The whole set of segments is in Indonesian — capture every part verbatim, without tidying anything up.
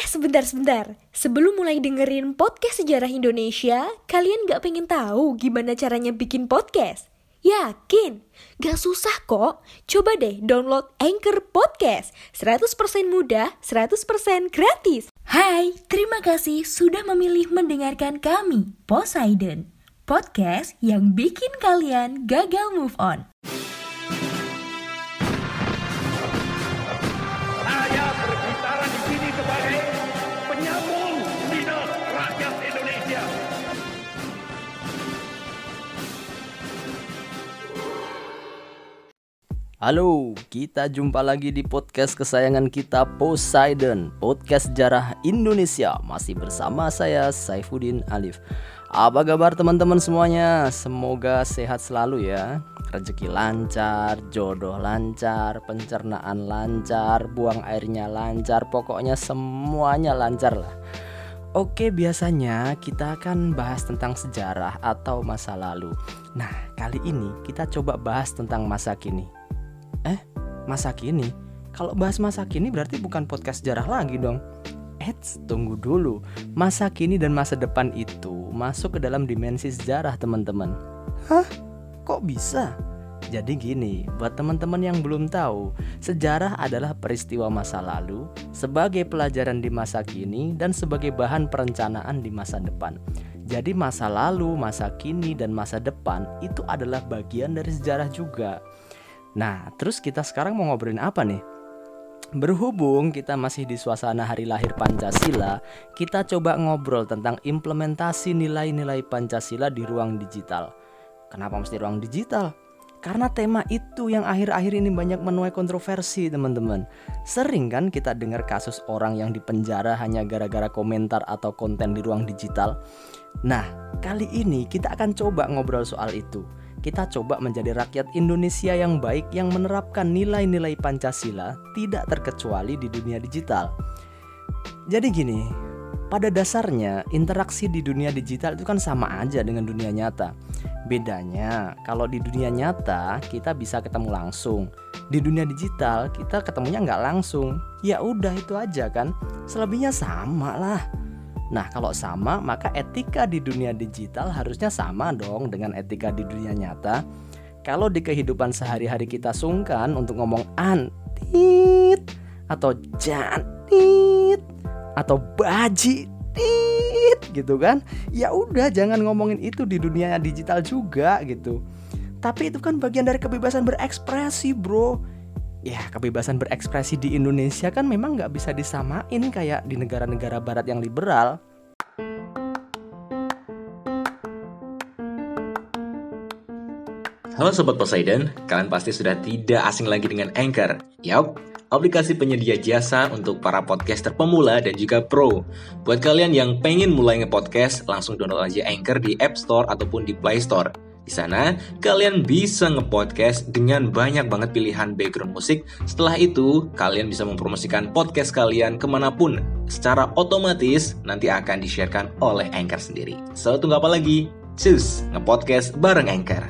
sebentar-sebentar. Sebelum mulai dengerin podcast sejarah Indonesia, kalian gak pengen tahu gimana caranya bikin podcast? Yakin? Gak susah kok. Coba deh download Anchor Podcast. seratus persen mudah, seratus persen gratis. Hai, terima kasih sudah memilih mendengarkan kami, Poseidon. Podcast yang bikin kalian gagal move on. Saya berbicara di sini sebagai penyambung lidah rakyat Indonesia. Halo, kita jumpa lagi di podcast kesayangan kita Poseidon, podcast sejarah Indonesia. Masih bersama saya Saifuddin Alif. Apa kabar teman-teman semuanya? Semoga sehat selalu ya. Rezeki lancar, jodoh lancar, pencernaan lancar, buang airnya lancar, pokoknya semuanya lancar lah. Oke, biasanya kita akan bahas tentang sejarah atau masa lalu. Nah, kali ini kita coba bahas tentang masa kini. Eh, masa kini? Kalau bahas masa kini berarti bukan podcast sejarah lagi dong. Eits, tunggu dulu. Masa kini dan masa depan itu masuk ke dalam dimensi sejarah, teman-teman. Hah? Kok bisa? Jadi gini, buat teman-teman yang belum tahu, sejarah adalah peristiwa masa lalu sebagai pelajaran di masa kini dan sebagai bahan perencanaan di masa depan. Jadi masa lalu, masa kini, dan masa depan itu adalah bagian dari sejarah juga. Nah, terus kita sekarang mau ngobrolin apa nih? Berhubung kita masih di suasana hari lahir Pancasila, kita coba ngobrol tentang implementasi nilai-nilai Pancasila di ruang digital. Kenapa mesti ruang digital? Karena tema itu yang akhir-akhir ini banyak menuai kontroversi, teman-teman. Sering kan kita dengar kasus orang yang dipenjara hanya gara-gara komentar atau konten di ruang digital. Nah, kali ini kita akan coba ngobrol soal itu. Kita coba menjadi rakyat Indonesia yang baik yang menerapkan nilai-nilai Pancasila tidak terkecuali di dunia digital. Jadi gini, pada dasarnya interaksi di dunia digital itu kan sama aja dengan dunia nyata. Bedanya kalau di dunia nyata kita bisa ketemu langsung, di dunia digital kita ketemunya nggak langsung. Ya udah itu aja kan, selebihnya sama lah. Nah, kalau sama, maka etika di dunia digital harusnya sama dong dengan etika di dunia nyata. Kalau di kehidupan sehari-hari kita sungkan untuk ngomong antit atau jantit atau baji tit gitu kan, ya udah jangan ngomongin itu di dunia digital juga gitu. Tapi itu kan bagian dari kebebasan berekspresi, bro. Ya, kebebasan berekspresi di Indonesia kan memang gak bisa disamain kayak di negara-negara barat yang liberal. Halo Sobat Poseidon, kalian pasti sudah tidak asing lagi dengan Anchor. Yap, aplikasi penyedia jasa untuk para podcaster pemula dan juga pro. Buat kalian yang pengen mulai nge-podcast, langsung download aja Anchor di App Store ataupun di Play Store. Di sana, kalian bisa nge-podcast dengan banyak banget pilihan background musik. Setelah itu, kalian bisa mempromosikan podcast kalian kemanapun. Secara otomatis, nanti akan di-sharekan oleh Anchor sendiri. So, tunggu apa lagi? Cus, nge-podcast bareng Anchor.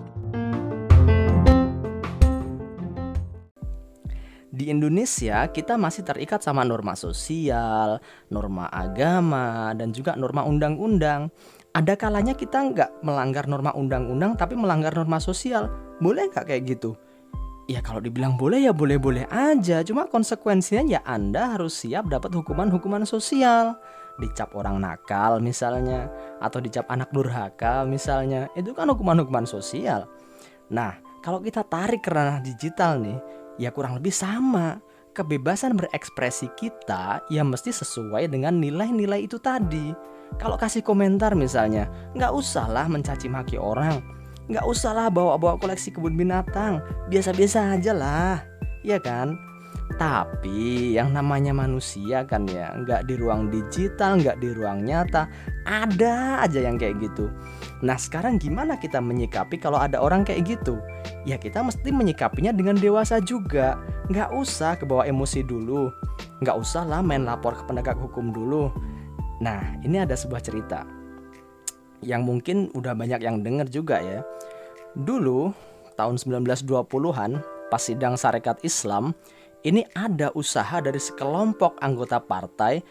Di Indonesia, kita masih terikat sama norma sosial, norma agama, dan juga norma undang-undang. Ada kalanya kita nggak melanggar norma undang-undang tapi melanggar norma sosial. Boleh nggak kayak gitu? Ya kalau dibilang boleh ya boleh-boleh aja. Cuma konsekuensinya ya Anda harus siap dapat hukuman-hukuman sosial. Dicap orang nakal misalnya, atau dicap anak durhaka misalnya. Itu kan hukuman-hukuman sosial. Nah, kalau kita tarik ke ranah digital nih, ya kurang lebih sama. Kebebasan berekspresi kita ya mesti sesuai dengan nilai-nilai itu tadi. Kalau kasih komentar misalnya, gak usah lah mencaci maki orang, gak usah lah bawa-bawa koleksi kebun binatang, biasa-biasa aja lah, ya kan? Tapi yang namanya manusia kan ya, gak di ruang digital, gak di ruang nyata, ada aja yang kayak gitu. Nah sekarang gimana kita menyikapi kalau ada orang kayak gitu? Ya kita mesti menyikapinya dengan dewasa juga. Gak usah kebawa emosi dulu, gak usah lah main lapor ke penegak hukum dulu. Nah ini ada sebuah cerita yang mungkin udah banyak yang denger juga ya. Dulu tahun sembilan belas dua puluhan pas sidang Sarekat Islam, ini ada usaha dari sekelompok anggota partai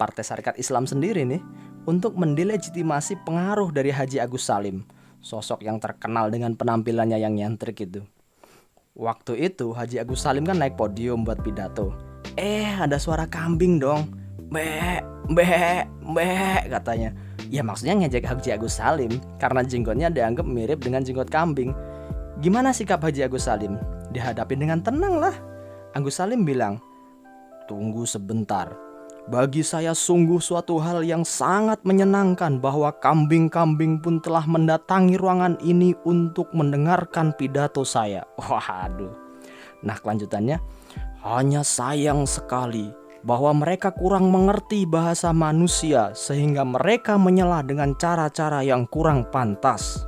Partai Sarekat Islam sendiri nih untuk mendelegitimasi pengaruh dari Haji Agus Salim, sosok yang terkenal dengan penampilannya yang nyentrik itu. Waktu itu Haji Agus Salim kan naik podium buat pidato. Eh ada suara kambing dong. Mbek, mbek, mbek katanya. Ya maksudnya ngejek Haji Agus Salim karena jenggotnya dianggap mirip dengan jenggot kambing. Gimana sikap Haji Agus Salim? Dihadapi dengan tenang lah. Agus Salim bilang, tunggu sebentar. Bagi saya sungguh suatu hal yang sangat menyenangkan bahwa kambing-kambing pun telah mendatangi ruangan ini untuk mendengarkan pidato saya. Waduh. Nah kelanjutannya, hanya sayang sekali bahwa mereka kurang mengerti bahasa manusia sehingga mereka menyela dengan cara-cara yang kurang pantas.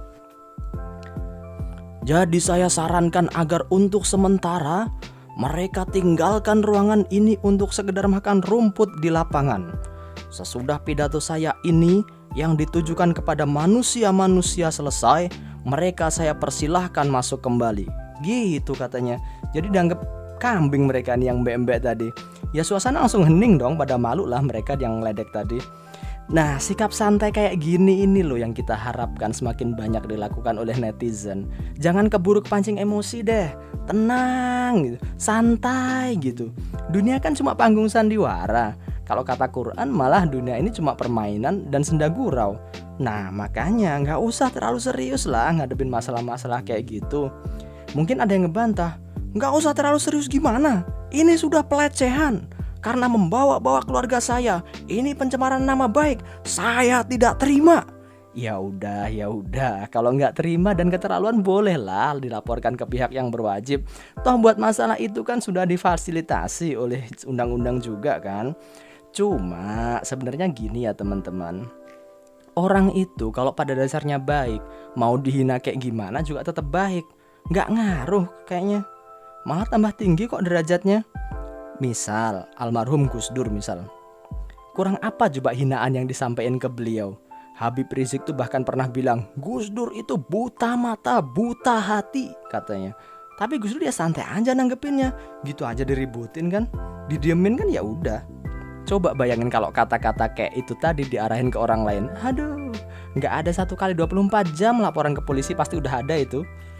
Jadi saya sarankan agar untuk sementara mereka tinggalkan ruangan ini untuk sekedar makan rumput di lapangan. Sesudah pidato saya ini yang ditujukan kepada manusia-manusia selesai, mereka saya persilahkan masuk kembali. Gitu katanya. Jadi dianggap kambing mereka nih yang mbek-mbek tadi. Ya suasana langsung hening dong, pada malu lah mereka yang ledek tadi. Nah sikap santai kayak gini ini loh yang kita harapkan semakin banyak dilakukan oleh netizen. Jangan keburu kepancing emosi deh. Tenang gitu, santai gitu. Dunia kan cuma panggung sandiwara. Kalau kata Quran malah dunia ini cuma permainan dan senda gurau. Nah makanya gak usah terlalu serius lah ngadepin masalah-masalah kayak gitu. Mungkin ada yang ngebantah, gak usah terlalu serius gimana? Ini sudah pelecehan karena membawa-bawa keluarga saya. Ini pencemaran nama baik. Saya tidak terima. Ya udah, ya udah. Kalau nggak terima dan keterlaluan bolehlah dilaporkan ke pihak yang berwajib. Toh buat masalah itu kan sudah difasilitasi oleh undang-undang juga kan. Cuma sebenarnya gini ya teman-teman. Orang itu kalau pada dasarnya baik, mau dihina kayak gimana juga tetap baik. Nggak ngaruh kayaknya. Malah tambah tinggi kok derajatnya. Misal almarhum Gus Dur misal. Kurang apa coba hinaan yang disampaikan ke beliau? Habib Rizik tuh bahkan pernah bilang Gus Dur itu buta mata, buta hati katanya. Tapi Gus Dur ya santai aja nanggepinnya. Gitu aja diributin kan, didiemin kan ya udah. Coba bayangin kalau kata-kata kayak itu tadi diarahin ke orang lain. Aduh, gak ada satu kali dua puluh empat jam laporan ke polisi pasti udah ada itu.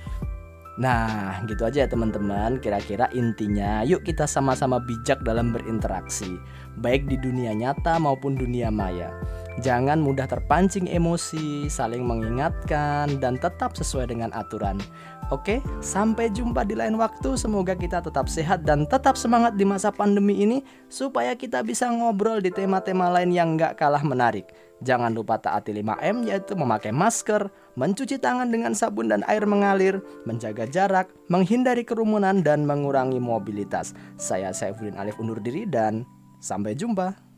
Nah gitu aja ya teman-teman. Kira-kira intinya yuk kita sama-sama bijak dalam berinteraksi, baik di dunia nyata maupun dunia maya. Jangan mudah terpancing emosi, saling mengingatkan, dan tetap sesuai dengan aturan. Oke, sampai jumpa di lain waktu. Semoga kita tetap sehat dan tetap semangat di masa pandemi ini, supaya kita bisa ngobrol di tema-tema lain yang gak kalah menarik. Jangan lupa taati lima M, yaitu memakai masker, mencuci tangan dengan sabun dan air mengalir, menjaga jarak, menghindari kerumunan, dan mengurangi mobilitas. Saya Saifuddin Alif undur diri dan sampai jumpa.